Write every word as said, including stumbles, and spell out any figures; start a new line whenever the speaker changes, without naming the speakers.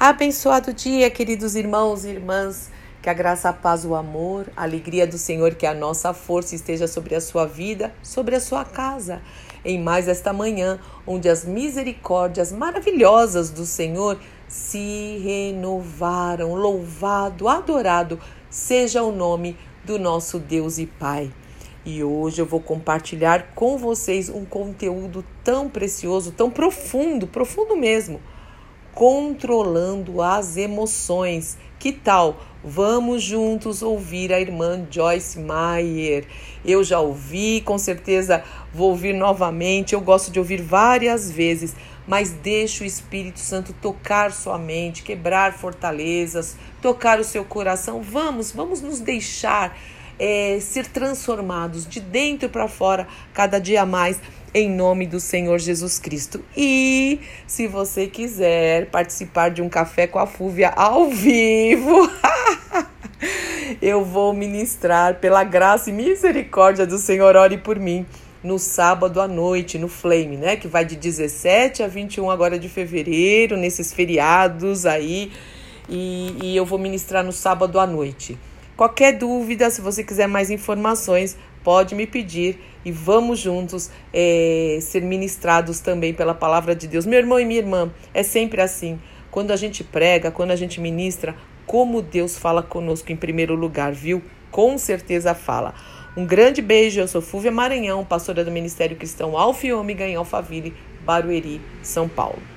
Abençoado dia, queridos irmãos e irmãs. Que a graça, a paz, o amor, a alegria do Senhor, que a nossa força esteja sobre a sua vida, sobre a sua casa. Em mais esta manhã, onde as misericórdias maravilhosas do Senhor se renovaram. Louvado, adorado seja o nome do nosso Deus e Pai. E hoje eu vou compartilhar com vocês um conteúdo tão precioso, tão profundo, profundo mesmo. Controlando as emoções. Que tal? Vamos juntos ouvir a irmã Joyce Meyer. Eu já ouvi, com certeza vou ouvir novamente. Eu gosto de ouvir várias vezes, mas deixa o Espírito Santo tocar sua mente, quebrar fortalezas, tocar o seu coração. Vamos, vamos nos deixar é, ser transformados de dentro para fora cada dia mais, em nome do Senhor Jesus Cristo. E se você quiser participar de um café com a Fúvia ao vivo, eu vou ministrar pela graça e misericórdia do Senhor, ore por mim, no sábado à noite, no Flame, né? Que vai de dezessete a vinte e um agora de fevereiro, nesses feriados aí, e, e eu vou ministrar no sábado à noite. Qualquer dúvida, se você quiser mais informações, pode me pedir e vamos juntos é, ser ministrados também pela palavra de Deus. Meu irmão e minha irmã, é sempre assim. Quando a gente prega, quando a gente ministra, como Deus fala conosco em primeiro lugar, viu? Com certeza fala. Um grande beijo, eu sou Fúvia Maranhão, pastora do Ministério Cristão Alfa e Ômega em Alphaville, Barueri, São Paulo.